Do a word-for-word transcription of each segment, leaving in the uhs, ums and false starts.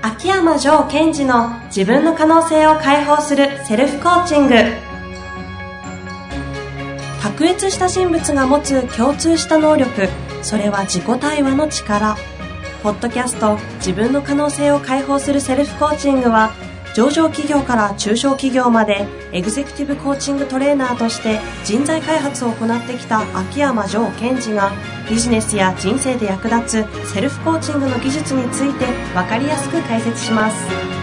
秋山城賢治の自分の可能性を解放するセルフコーチング。卓越した人物が持つ共通した能力、それは自己対話の力。ポッドキャスト自分の可能性を解放するセルフコーチングは、上場企業から中小企業までエグゼクティブコーチングトレーナーとして人材開発を行ってきた秋山城賢治が、ビジネスや人生で役立つセルフコーチングの技術について分かりやすく解説します。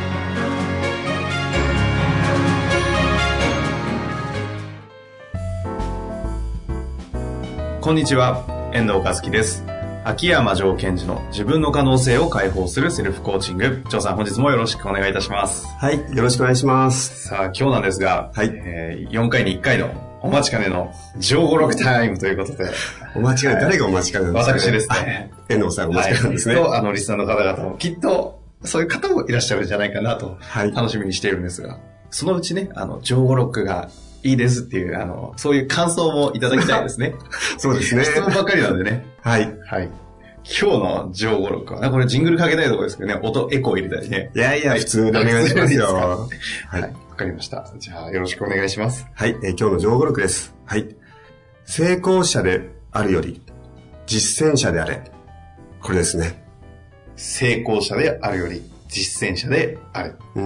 こんにちは、遠藤和樹です。秋山城賢治の自分の可能性を解放するセルフコーチング。城さん、本日もよろしくお願いいたします。 はい、よろしくお願いします。 さあ、今日なんですが、はい、えー、よんかいにいっかいのお待ちかねの城語録タイムということで。 お待ちかね、誰がお待ちかねなんですかね。 私ですね。 遠藤さんお待ちかねなんですね。 はい、と、あの、リスナーの方々もきっと、そういう方もいらっしゃるんじゃないかなと、はい、楽しみにしているんですが、そのうちね、あの、城語録がいいですっていう、あの、そういう感想もいただきたいですね。 そうですね。 質問ばっかりなんでね。 はい。 はい。今日の城語録は、これジングルかけたいところですけどね、音、エコー入れたりね。 いやいや、はい、普通でお願いしますよ。 はい。わ、はい、かりました。じゃあ、よろしくお願いします。 はい、えー、今日の城語録です。はい。成功者であるより、実践者であれ。これですね。 成功者であるより、実践者である。 うん。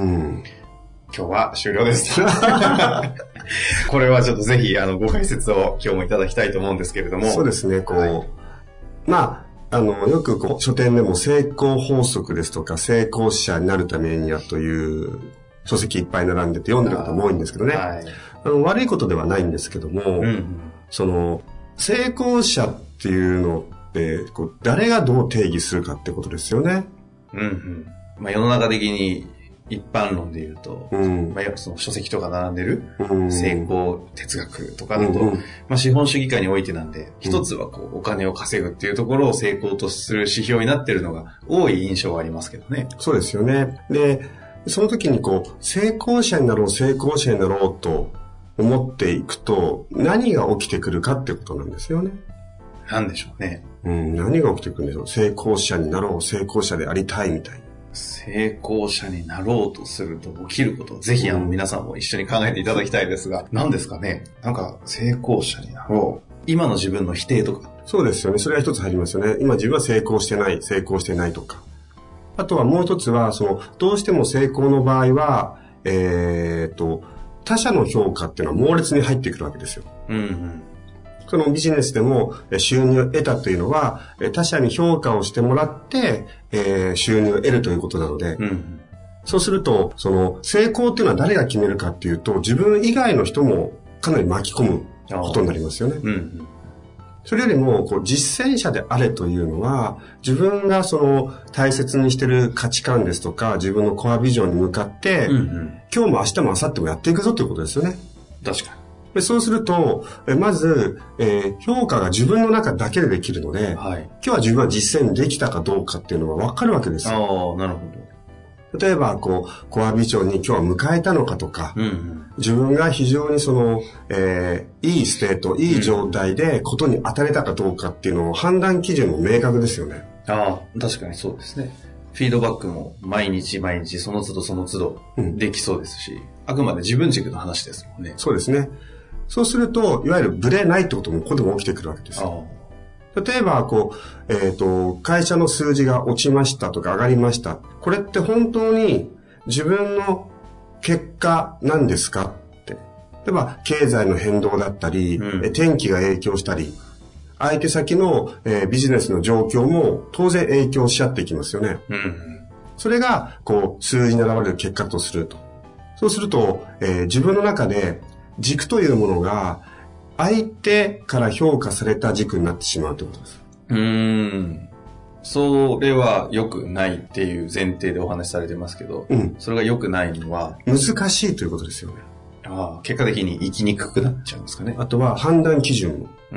今日は終了です。これはちょっとぜひ、あの、ご解説を今日もいただきたいと思うんですけれども。 そうですね、こう、はい、まあ、あの、よくこう、書店でも成功法則ですとか、成功者になるためにはという書籍いっぱい並んでて読んでる方も多いんですけどね。はい、あの悪いことではないんですけども、うん、その、成功者っていうのって、こう誰がどう定義するかってことですよね。 うんうん。まあ、世の中的に一般論で言うと、うんまあ、その書籍とか並んでる成功哲学とかだと、うんまあ、資本主義下においてなんで、一つはこうお金を稼ぐっていうところを成功とする指標になってるのが多い印象がありますけどね。 そうですよね。で、その時にこう成功者になろう成功者になろうと思っていくと何が起きてくるかってことなんですよね。 なんでしょうね。 うん、何が起きてくるんでしょう。成功者になろう成功者でありたいみたいな。 成功者になろうとすると起きることをぜひあの皆さんも一緒に考えていただきたいですが、何ですかね。なんか成功者になろう。今の自分の否定とか。 そうですよね。それは一つ入りますよね。今自分は成功してない、成功してないとか。あとはもう一つは、その、どうしても成功の場合は、えーと、他者の評価っていうのは猛烈に入ってくるわけですよ。うんうん。そのビジネスでも収入を得たというのは他者に評価をしてもらって、えー、収入を得るということなので、うん、そうするとその成功っていうのは誰が決めるかっていうと自分以外の人もかなり巻き込むことになりますよね。うんうん、それよりもこう実践者であれというのは自分がその大切にしている価値観ですとか自分のコアビジョンに向かって、うんうん、今日も明日も明後日もやっていくぞということですよね。 確かに。 でそうすると、まず、えー、評価が自分の中だけでできるので、はい、今日は自分は実践できたかどうかっていうのは分かるわけですよ。 ああ、なるほど。例えば、こう、コアビジョンに今日は迎えたのかとか、うんうん、自分が非常にその、えー、いいステート、いい状態でことに当たれたかどうかっていうのを判断基準も明確ですよね。 ああ、確かにそうですね。フィードバックも毎日毎日その都度その都度できそうですし、うん、あくまで自分軸の話ですもんね。 そうですね。そうすると、いわゆるブレないってこともここでも起きてくるわけですよ。例えば、こう、えっと、会社の数字が落ちましたとか上がりました。これって本当に自分の結果なんですかって。例えば、経済の変動だったり、うん、天気が影響したり、相手先の、えー、ビジネスの状況も当然影響し合っていきますよね。うん、それが、こう、数字に現れる結果とすると。そうすると、えー、自分の中で、軸というものが相手から評価された軸になってしまうということです。 うーん。それは良くないっていう前提でお話しされてますけど、うん、それが良くないのは難しいということですよね。 ああ、結果的に生きにくくなっちゃうんですかね。 あとは判断基準も。 うん。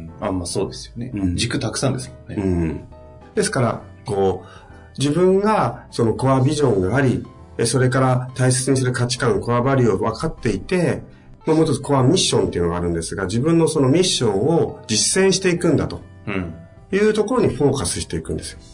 あ、まあそうですよね。うん、軸たくさんですもんね。 うん。ですから、こう、自分がそのコアビジョンがあり、それから大切にする価値観、コアバリューを分かっていて、もう一つコアミッションっていうのがあるんですが、自分のそのミッションを実践していくんだというところにフォーカスしていくんですよ。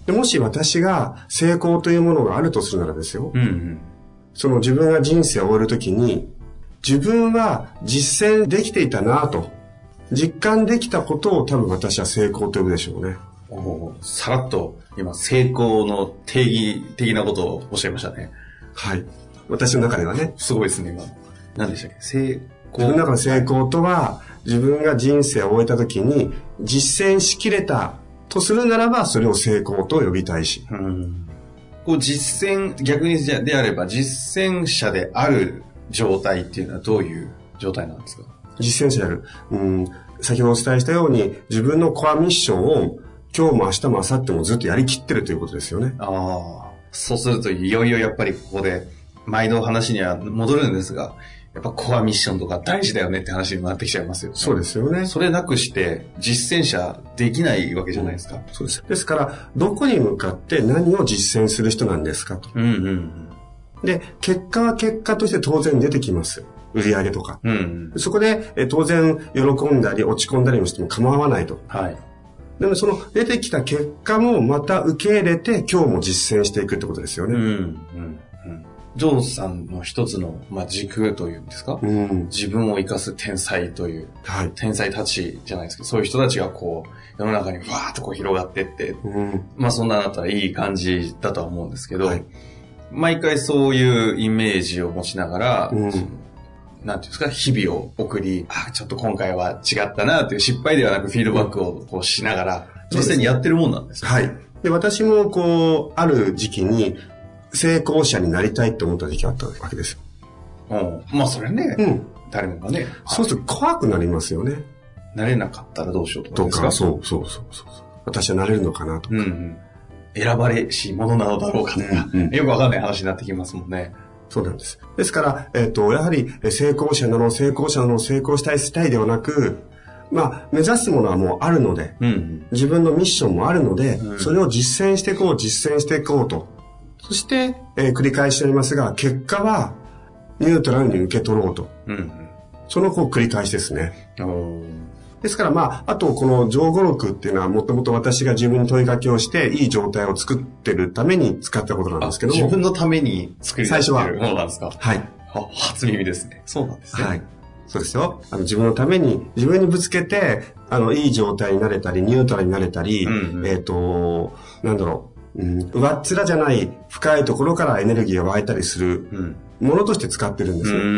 でもし私が成功というものがあるとするならですよ。 うんうん、 その自分が人生を終えるときに、自分は実践できていたなと、実感できたことを多分私は成功と呼ぶでしょうね。 おさらっと今成功の定義的なことをおっしゃいましたね。 はい。私の中ではね。 すごいですね、今。何でしたっけ？成功。 自分の中の成功とは、自分が人生を終えたときに実践しきれたとするならば、それを成功と呼びたいし。 うん、こう実践、逆にであれば実践者である状態っていうのはどういう状態なんですか？ 実践者である。うん、先ほどお伝えしたように、自分のコアミッションを今日も明日も明後日もずっとやりきってるということですよね。 ああ、そうするといよいよやっぱりここで毎度話には戻るんですが、やっぱコアミッションとか大事だよねって話になってきちゃいますよね。 そうですよね。 それなくして実践者できないわけじゃないですか。うん、 そうです。ですから、どこに向かって何を実践する人なんですかと。 うんうんうん、 で、結果は結果として当然出てきます。売り上げとか。 うんうん、 そこでえ当然喜んだり落ち込んだりもしても構わないと。 はい。 でもその出てきた結果もまた受け入れて今日も実践していくってことですよね。 うんうんうん、ジョーさんの一つの、まあ、軸というんですか、うん、自分を生かす天才という、はい、天才たちじゃないですけど、そういう人たちがこう世の中にわーっとこう広がってって、うん、まあそんなだったらいい感じだとは思うんですけど、はい、毎回そういうイメージを持ちながら、うん、なんていうんですか、日々を送り、あ、ちょっと今回は違ったなという失敗ではなくフィードバックをこうしながら、実際にやってるもんなんですよね。 はい。で、私もこう、ある時期に成功者になりたいと思った時期があったわけですよ。 うん。まあそれね、うん、誰もがね。 そうすると怖くなりますよね。 なれなかったらどうしようとかですか。 とか、そうそうそうそう。私はなれるのかなとか。うんうん、 選ばれし者なのだろうかとか、うんうん、よくわかんない話になってきますもんね。 そうなんです。ですから、えっと、やはり成功者なの、成功者なの、成功したいしたいではなく、まあ、目指すものはもうあるので、うんうん、自分のミッションもあるので、うん、それを実践していこう、実践していこうと。そして、えー、繰り返しておりますが、結果はニュートラルに受け取ろうと。うんうん、そのこう繰り返しですね。ですからまあ、あとこの上語録っていうのはもともと私が自分に問いかけをしていい状態を作ってるために使ったことなんですけども。 自分のために作り出してるものなんですか？ はい。 初耳ですね。そうなんですね。 はい。そうですよ。あの自分のために、自分にぶつけて、あの、いい状態になれたり、ニュートラルになれたり、うんうん、えっと、なんだろう、うん、上っ面じゃない深いところからエネルギーが湧いたりするものとして使ってるんですね。うん、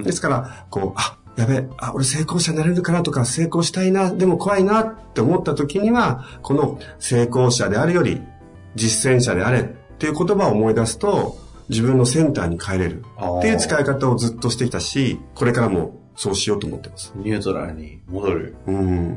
ですから、こう、あ、やべ、あ、俺成功者になれるかなとか、成功したいな、でも怖いなって思った時には、この成功者であるより、実践者であれっていう言葉を思い出すと、自分のセンターに帰れるっていう使い方をずっとしてきたし、これからもそうしようと思ってます。 ニュートラルに戻る。うん、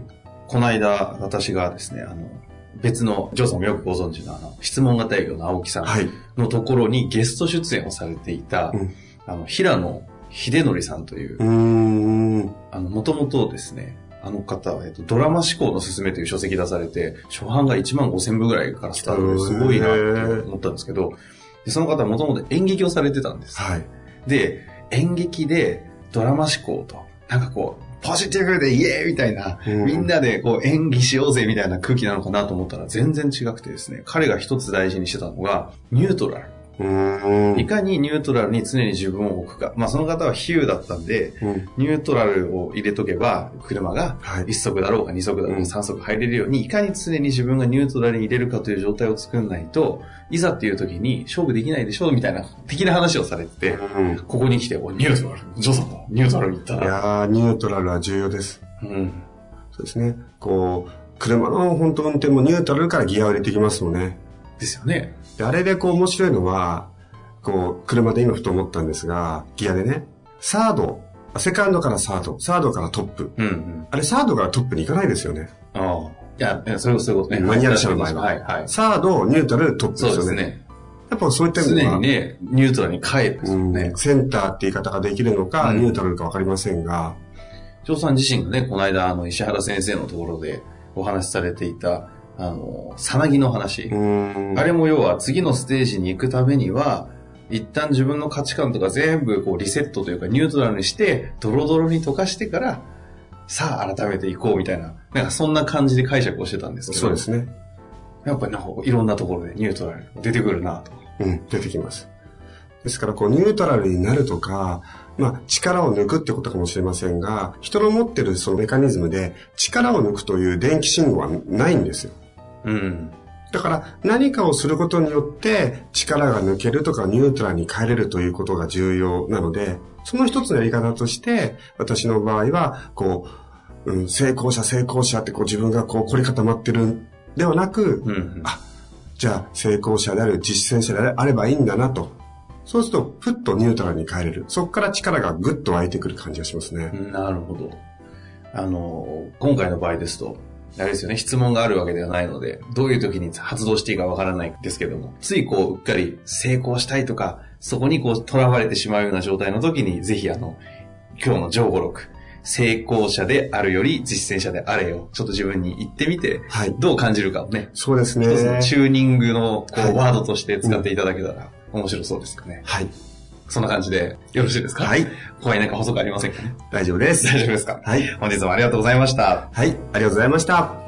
この間、私がですね、あの、別の、ジョーさんもよくご存知のあの、質問型営業の青木さんのところにゲスト出演をされていた、はい、あの、平野秀則さんという、うーんあの、もともとですね、あの方は、えっと、ドラマ思考のすすめという書籍出されて、初版がいちまんごせんぶぐらいからスタートですごいなって思ったんですけど、でその方はもともと演劇をされてたんです。はい。で、演劇でドラマ思考と、なんかこう、ポジティブでイエーイみたいな、うん、みんなでこう演技しようぜみたいな空気なのかなと思ったら全然違くてですね、彼が一つ大事にしてたのが、ニュートラル。うんいかにニュートラルに常に自分を置くか。まあその方は比喩だったんで、うん、ニュートラルを入れとけば、車がいっ速だろうがに速だろうがさん速入れるように、いかに常に自分がニュートラルに入れるかという状態を作んないと、いざっていう時に勝負できないでしょみたいな、的な話をされてて、うん、ここに来て、ニュートラル、ジョーさんもニュートラルに行ったら。 いやー、ニュートラルは重要です。うん、そうですね。こう、車の本当運転もニュートラルからギアを入れてきますもんね。 ですよね。 で、あれでこう面白いのは、こう、車で今ふと思ったんですが、ギアでね、サード、セカンドからサード、サードからトップ。うんうん、あれ、サードからトップに行かないですよね。 ああ。いや、そういうことね。 マニュアル車の場合は。はいはい。サード、ニュートラル、トップですよね。 そうですね。 やっぱそういった意味では。常にね、ニュートラルに帰るですよね、 うん。センターって言い方ができるのか、うん、ニュートラルかわかりませんが。 ジョーさん自身がね、この間、あの、石原先生のところでお話しされていた、あの、さなぎの話。うんあれも要は次のステージに行くためには、一旦自分の価値観とか全部こうリセットというかニュートラルにして、ドロドロに溶かしてから、さあ改めて行こうみたいな、なんかそんな感じで解釈をしてたんですけど。 そうですね。 やっぱりなんかいろんなところでニュートラル出てくるなと。 うん、出てきます。ですから、こう、ニュートラルになるとか、まあ、力を抜くってことかもしれませんが、人の持ってるそのメカニズムで、力を抜くという電気信号はないんですよ。 うん。 だから、何かをすることによって、力が抜けるとか、ニュートラルに変えれるということが重要なので、その一つのやり方として、私の場合は、こう、うん、成功者、成功者ってこう自分がこう凝り固まってるんではなく、 うんうん、 あ、じゃあ成功者である、実践者であればいいんだなと。そうすると、ふっとニュートラルに変えれる。そこから力がぐっと湧いてくる感じがしますね。 なるほど。あの、今回の場合ですと、あれですよね、質問があるわけではないので、どういう時に発動していいかわからないですけども、ついこう、うっかり成功したいとか、そこにこう、囚われてしまうような状態の時に、ぜひあの、今日の上五録、成功者であるより実践者であれよ。ちょっと自分に言ってみて、はい、どう感じるかをね。 そうですね。 一つのチューニングのこう、はい、ワードとして使っていただけたら面白そうですかね。 はい。 そんな感じでよろしいですか？ はい。 他に何か補足ありませんかね？ 大丈夫です。 大丈夫ですか？ はい。 本日もありがとうございました。 はい。ありがとうございました。